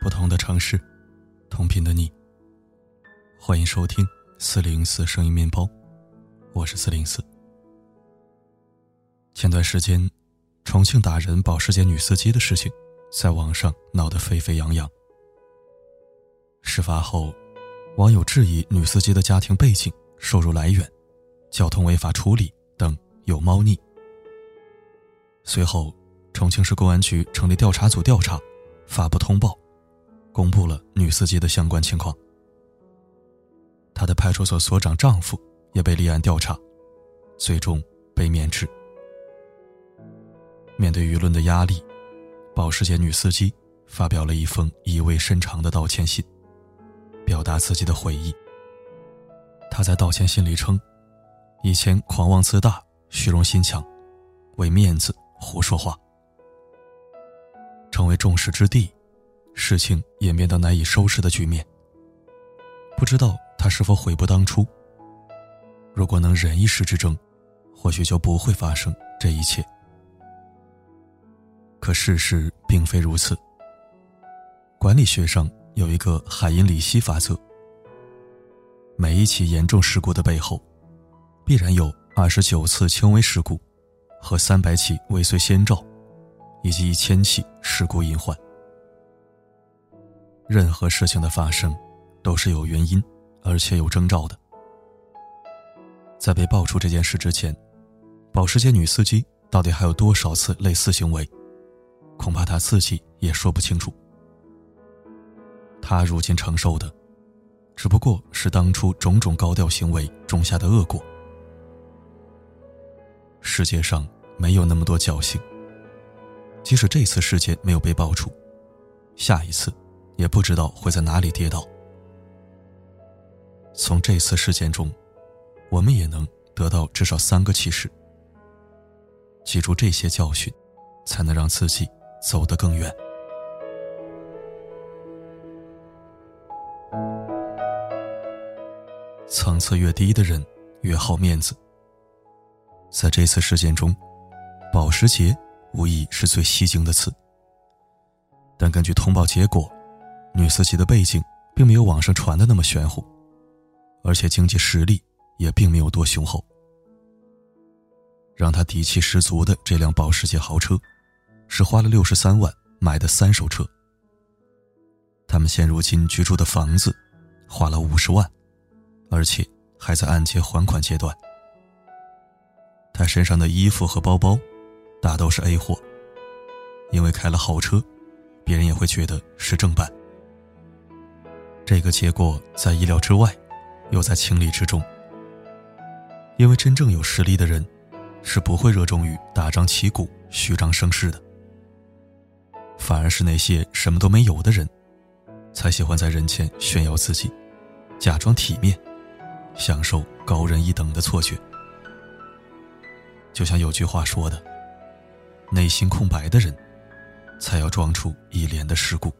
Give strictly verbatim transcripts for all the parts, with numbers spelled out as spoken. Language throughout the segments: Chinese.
不同的城市，同频的你。欢迎收听四零四声音面包，我是四零四。前段时间，重庆打人保时捷女司机的事情在网上闹得沸沸扬扬。事发后，网友质疑女司机的家庭背景、收入来源、交通违法处理等有猫腻。随后，重庆市公安局成立调查组调查，发布通报，公布了女司机的相关情况。她的派出所所长丈夫也被立案调查，最终被免职。面对舆论的压力，保时捷女司机发表了一封意味深长的道歉信，表达自己的悔意。她在道歉信里称，以前狂妄自大、虚荣心强，为面子胡说话，成为众矢之的，事情演变到难以收拾的局面。不知道他是否悔不当初，如果能忍一时之争，或许就不会发生这一切。可事实并非如此。管理学上有一个海因里希法则，每一起严重事故的背后，必然有二十九次轻微事故和三百起未遂先兆，以及一千起事故隐患。任何事情的发生都是有原因而且有征兆的。在被爆出这件事之前，保时捷女司机到底还有多少次类似行为，恐怕她自己也说不清楚。她如今承受的只不过是当初种种高调行为种下的恶果。世界上没有那么多侥幸，即使这次事件没有被爆出，下一次也不知道会在哪里跌倒。从这次事件中，我们也能得到至少三个启示，记住这些教训，才能让自己走得更远。层次越低的人越好面子。在这次事件中，保时捷无疑是最吸睛的词，但根据通报结果，女司机的背景并没有网上传的那么玄乎，而且经济实力也并没有多雄厚。让她底气十足的这辆保时捷豪车是花了六十三万买的三手车。他们现如今居住的房子花了五十万，而且还在按揭还款阶段。他身上的衣服和包包大都是 A 货，因为开了豪车，别人也会觉得是正版。这个结果在意料之外，又在情理之中。因为真正有实力的人是不会热衷于大张旗鼓、虚张声势的，反而是那些什么都没有的人才喜欢在人前炫耀自己，假装体面，享受高人一等的错觉。就像有句话说的，内心空白的人才要装出一脸的世故。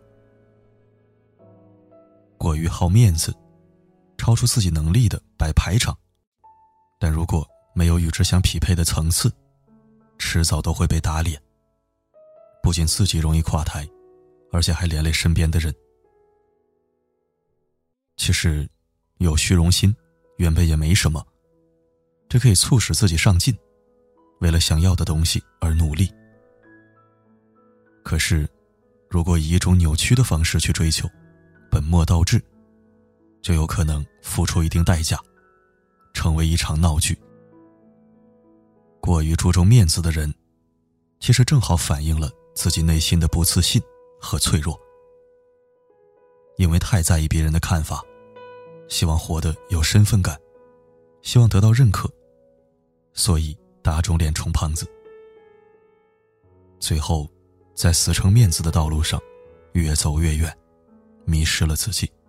过于好面子，超出自己能力的摆排场，但如果没有与之相匹配的层次，迟早都会被打脸。不仅自己容易垮台，而且还连累身边的人。其实有虚荣心原本也没什么，这可以促使自己上进，为了想要的东西而努力。可是如果以一种扭曲的方式去追求，本末倒置，就有可能付出一定代价，成为一场闹剧。过于注重面子的人，其实正好反映了自己内心的不自信和脆弱。因为太在意别人的看法，希望活得有身份感，希望得到认可，所以打肿脸充胖子。最后在死撑面子的道路上越走越远，迷失了自己。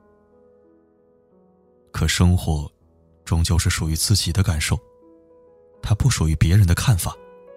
可生活终究是属于自己的感受，它不属于别人的看法。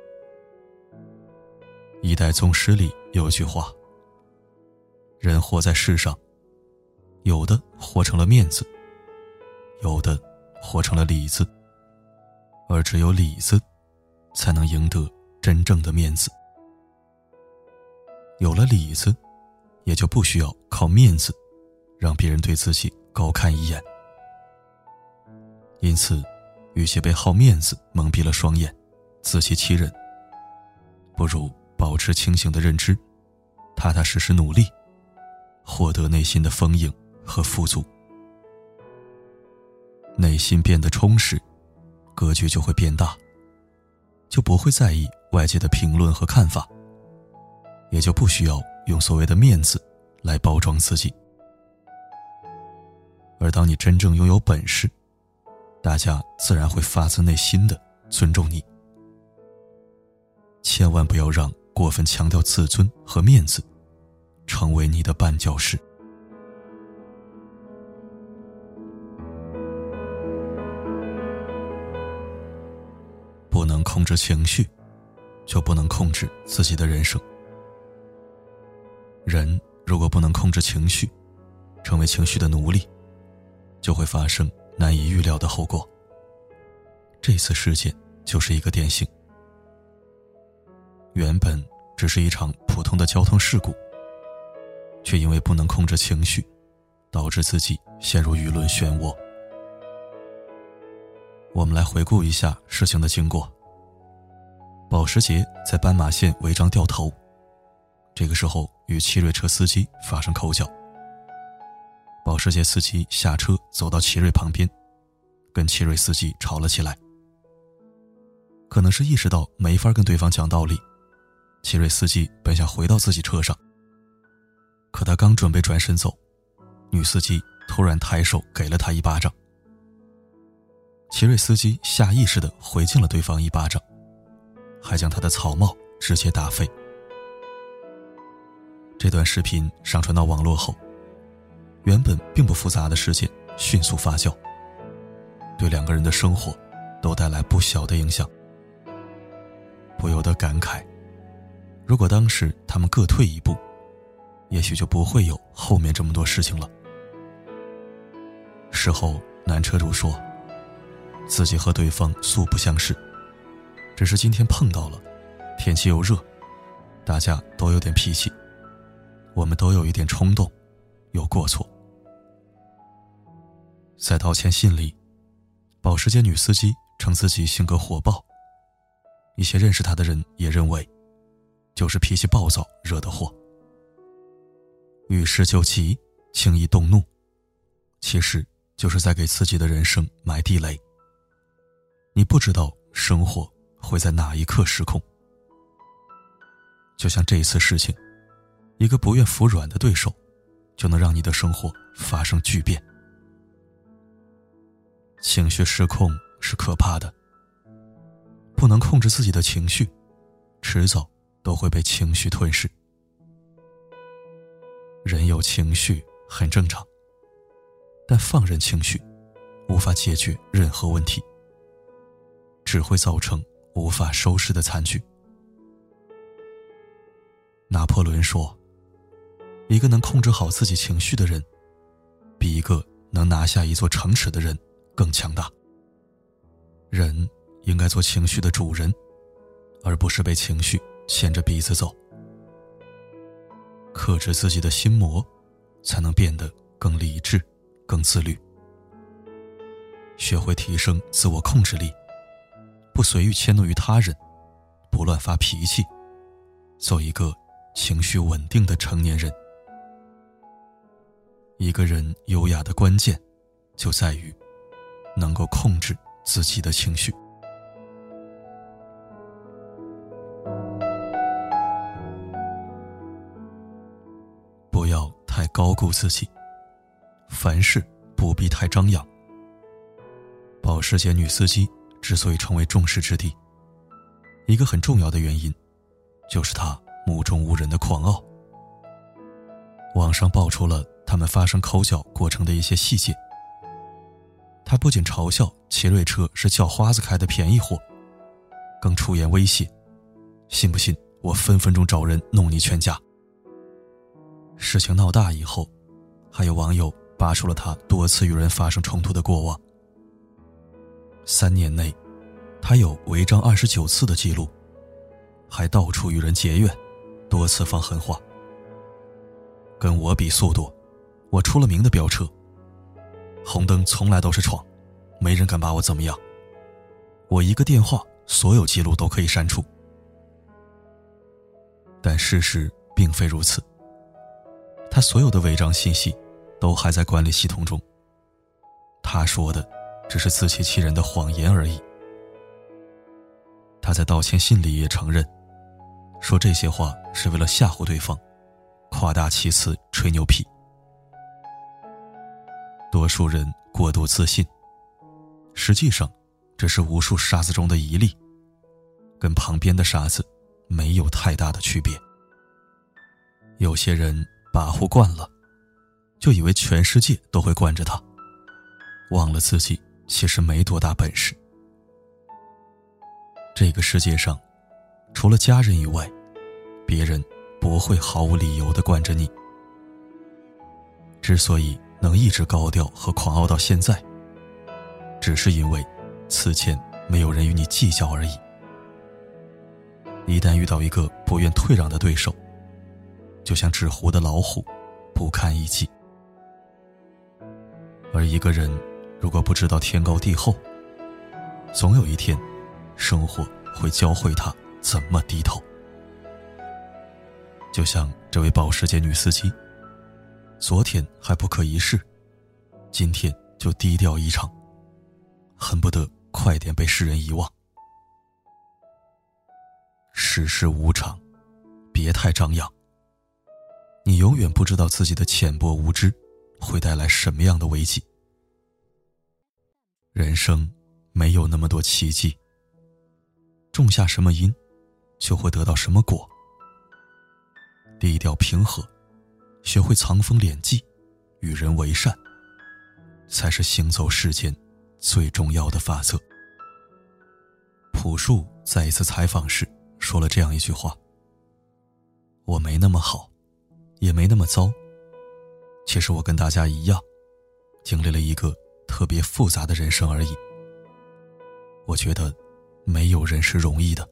一代宗师里有句话，人活在世上，有的活成了面子，有的活成了里子，而只有里子才能赢得真正的面子。有了里子， 也就不需要靠面子让别人对自己高看一眼。因此，与其被好面子蒙蔽了双眼，自欺欺人，不如保持清醒的认知，踏踏实实努力，获得内心的丰盈和富足。内心变得充实，格局就会变大，就不会在意外界的评论和看法，也就不需要用所谓的面子来包装自己。而当你真正拥有本事，大家自然会发自内心的尊重你。千万不要让过分强调自尊和面子成为你的绊脚石。不能控制情绪，就不能控制自己的人生。人如果不能控制情绪，成为情绪的奴隶，就会发生难以预料的后果。这次事件就是一个典型。原本只是一场普通的交通事故，却因为不能控制情绪，导致自己陷入舆论漩涡。我们来回顾一下事情的经过。保时捷在斑马线违章掉头，这个时候与奇瑞车司机发生口角。保时捷司机下车走到奇瑞旁边，跟奇瑞司机吵了起来。可能是意识到没法跟对方讲道理，奇瑞司机本想回到自己车上，可他刚准备转身走，女司机突然抬手给了他一巴掌。奇瑞司机下意识地回敬了对方一巴掌，还将他的草帽直接打飞。这段视频上传到网络后，原本并不复杂的事件迅速发酵，对两个人的生活都带来不小的影响。不由得感慨，如果当时他们各退一步，也许就不会有后面这么多事情了。事后男车主说，自己和对方素不相识，只是今天碰到了，天气又热，大家都有点脾气，我们都有一点冲动，有过错。在道歉信里，保时捷女司机称自己性格火爆，一些认识她的人也认为就是脾气暴躁惹的祸。遇事就急，轻易动怒，其实就是在给自己的人生埋地雷。你不知道生活会在哪一刻失控。就像这一次事情，一个不愿服软的对手，就能让你的生活发生巨变。情绪失控是可怕的，不能控制自己的情绪，迟早都会被情绪吞噬。人有情绪很正常，但放任情绪无法解决任何问题，只会造成无法收拾的惨剧。拿破仑说，一个能控制好自己情绪的人，比一个能拿下一座城池的人更强大。人应该做情绪的主人，而不是被情绪牵着鼻子走。克制自己的心魔，才能变得更理智、更自律。学会提升自我控制力，不随意迁怒于他人，不乱发脾气，做一个情绪稳定的成年人。一个人优雅的关键，就在于能够控制自己的情绪。不要太高估自己，凡事不必太张扬。保时捷女司机之所以成为众矢之的，一个很重要的原因，就是她目中无人的狂傲。网上爆出了他们发生口角过程的一些细节。她不仅嘲笑奇瑞车是叫花子开的便宜货，更出言威胁，信不信我分分钟找人弄你全家。事情闹大以后，还有网友扒出了他多次与人发生冲突的过往。三年内，他有违章二十九次的记录，还到处与人结怨，多次放狠话。 跟我比速度，我出了名的飙车，红灯从来都是闯，没人敢把我怎么样。我一个电话，所有记录都可以删除。但事实并非如此，他所有的违章信息都还在管理系统中，他说的只是自欺欺人的谎言而已。他在道歉信里也承认，说这些话是为了吓唬对方，夸大其词，吹牛皮。多数人过度自信，实际上这是无数傻子中的一例，跟旁边的傻子没有太大的区别。有些人跋扈惯了，就以为全世界都会惯着他，忘了自己其实没多大本事。这个世界上，除了家人以外，别人不会毫无理由地惯着你。之所以能一直高调和狂傲到现在，只是因为此前没有人与你计较而已。一旦遇到一个不愿退让的对手，就像纸糊的老虎，不堪一击。而一个人如果不知道天高地厚，总有一天生活会教会他怎么低头。就像这位保时捷女司机，昨天还不可一世，今天就低调一场，恨不得快点被世人遗忘。世事无常，别太张扬，你永远不知道自己的浅薄无知会带来什么样的危机。人生没有那么多奇迹，种下什么因，就会得到什么果。低调平和，学会藏锋敛迹，与人为善，才是行走世间最重要的法则。朴树在一次采访时说了这样一句话：我没那么好，也没那么糟，其实我跟大家一样，经历了一个特别复杂的人生而已。我觉得没有人是容易的，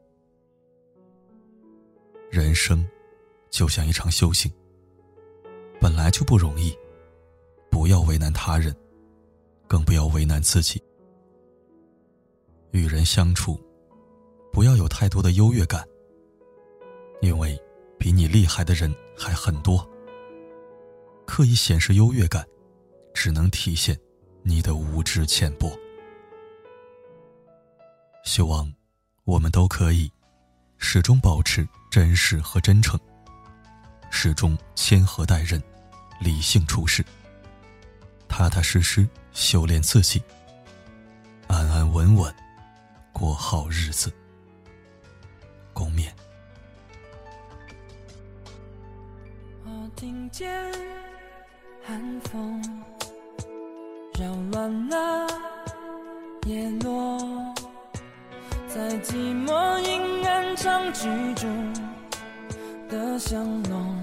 人生就像一场修行，本来就不容易，不要为难他人，更不要为难自己。与人相处，不要有太多的优越感，因为比你厉害的人还很多。刻意显示优越感，只能体现你的无知浅薄。希望我们都可以始终保持真实和真诚，始终谦和待人，理性处事，踏踏实实修炼自己，安安稳稳过好日子。共勉。 我听见寒风扰乱了叶落，在寂寞阴暗长居中的香浓。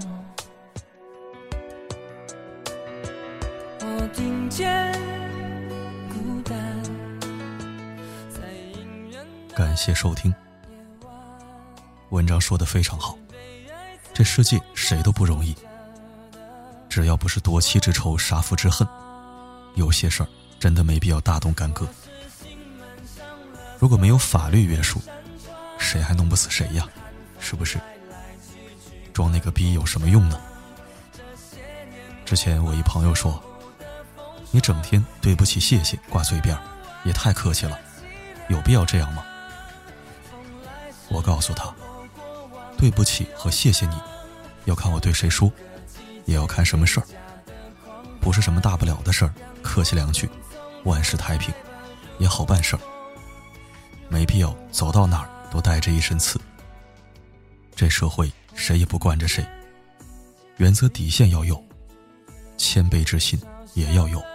我听见孤单在隐忍。 感谢收听。文章说得非常好，这世界谁都不容易，只要不是夺妻之仇杀父之恨，有些事儿真的没必要大动干戈。如果没有法律约束，谁还弄不死谁呀？是不是？装那个逼有什么用呢？之前我一朋友说，你整天对不起谢谢挂嘴边，也太客气了，有必要这样吗？我告诉他，对不起和谢谢你要看我对谁说，也要看什么事儿，不是什么大不了的事儿，客气两句万事太平，也好办事儿。没必要走到哪儿都带着一身刺。这社会谁也不惯着谁，原则底线要有，谦卑之心也要有，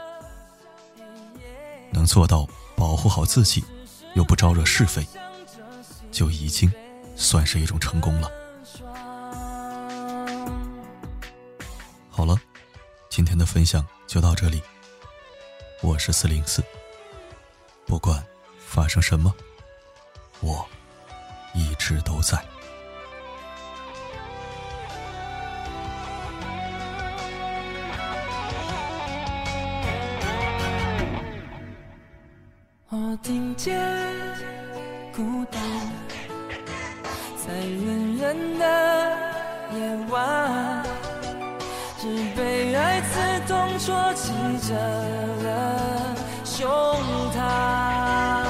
能做到保护好自己又不招惹是非，就已经算是一种成功了。好了，今天的分享就到这里。我是四零四，不管发生什么，我一直都在。 解孤单，在远远的夜晚，只被爱刺痛戳击着了胸膛。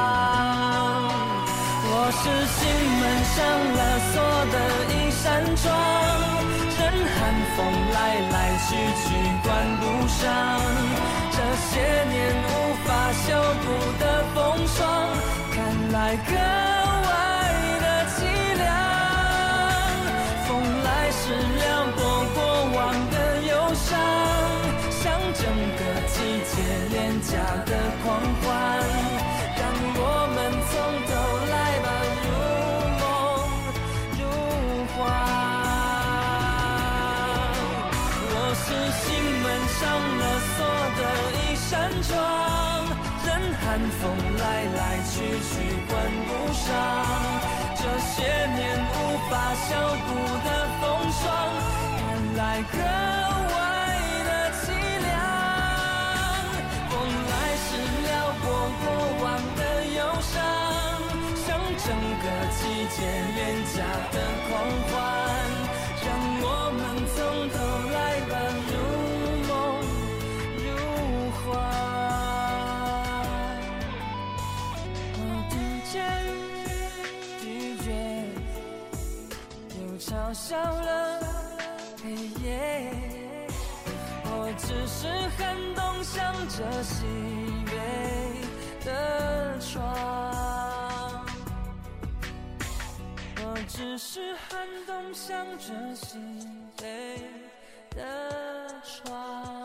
我是心门上了锁的一扇窗，任寒风来来去去关不上，这些年无法修补的风霜，看来格外的凄凉。风来时撩拨过往的忧伤，像整个季节廉价的狂欢，让我们从头来吧，如梦如幻。我是心门上了锁的一扇窗，任寒风来来去去关不上，这些年无法消补的风霜，看来格外的凄凉。风来时撩拨过往的忧伤，像整个季节廉价的狂欢，让我们从头来吧，如梦如幻。我听见拒绝又嘲笑了黑夜，我只是寒冬向着西北的窗，我只是寒冬向着西北的窗。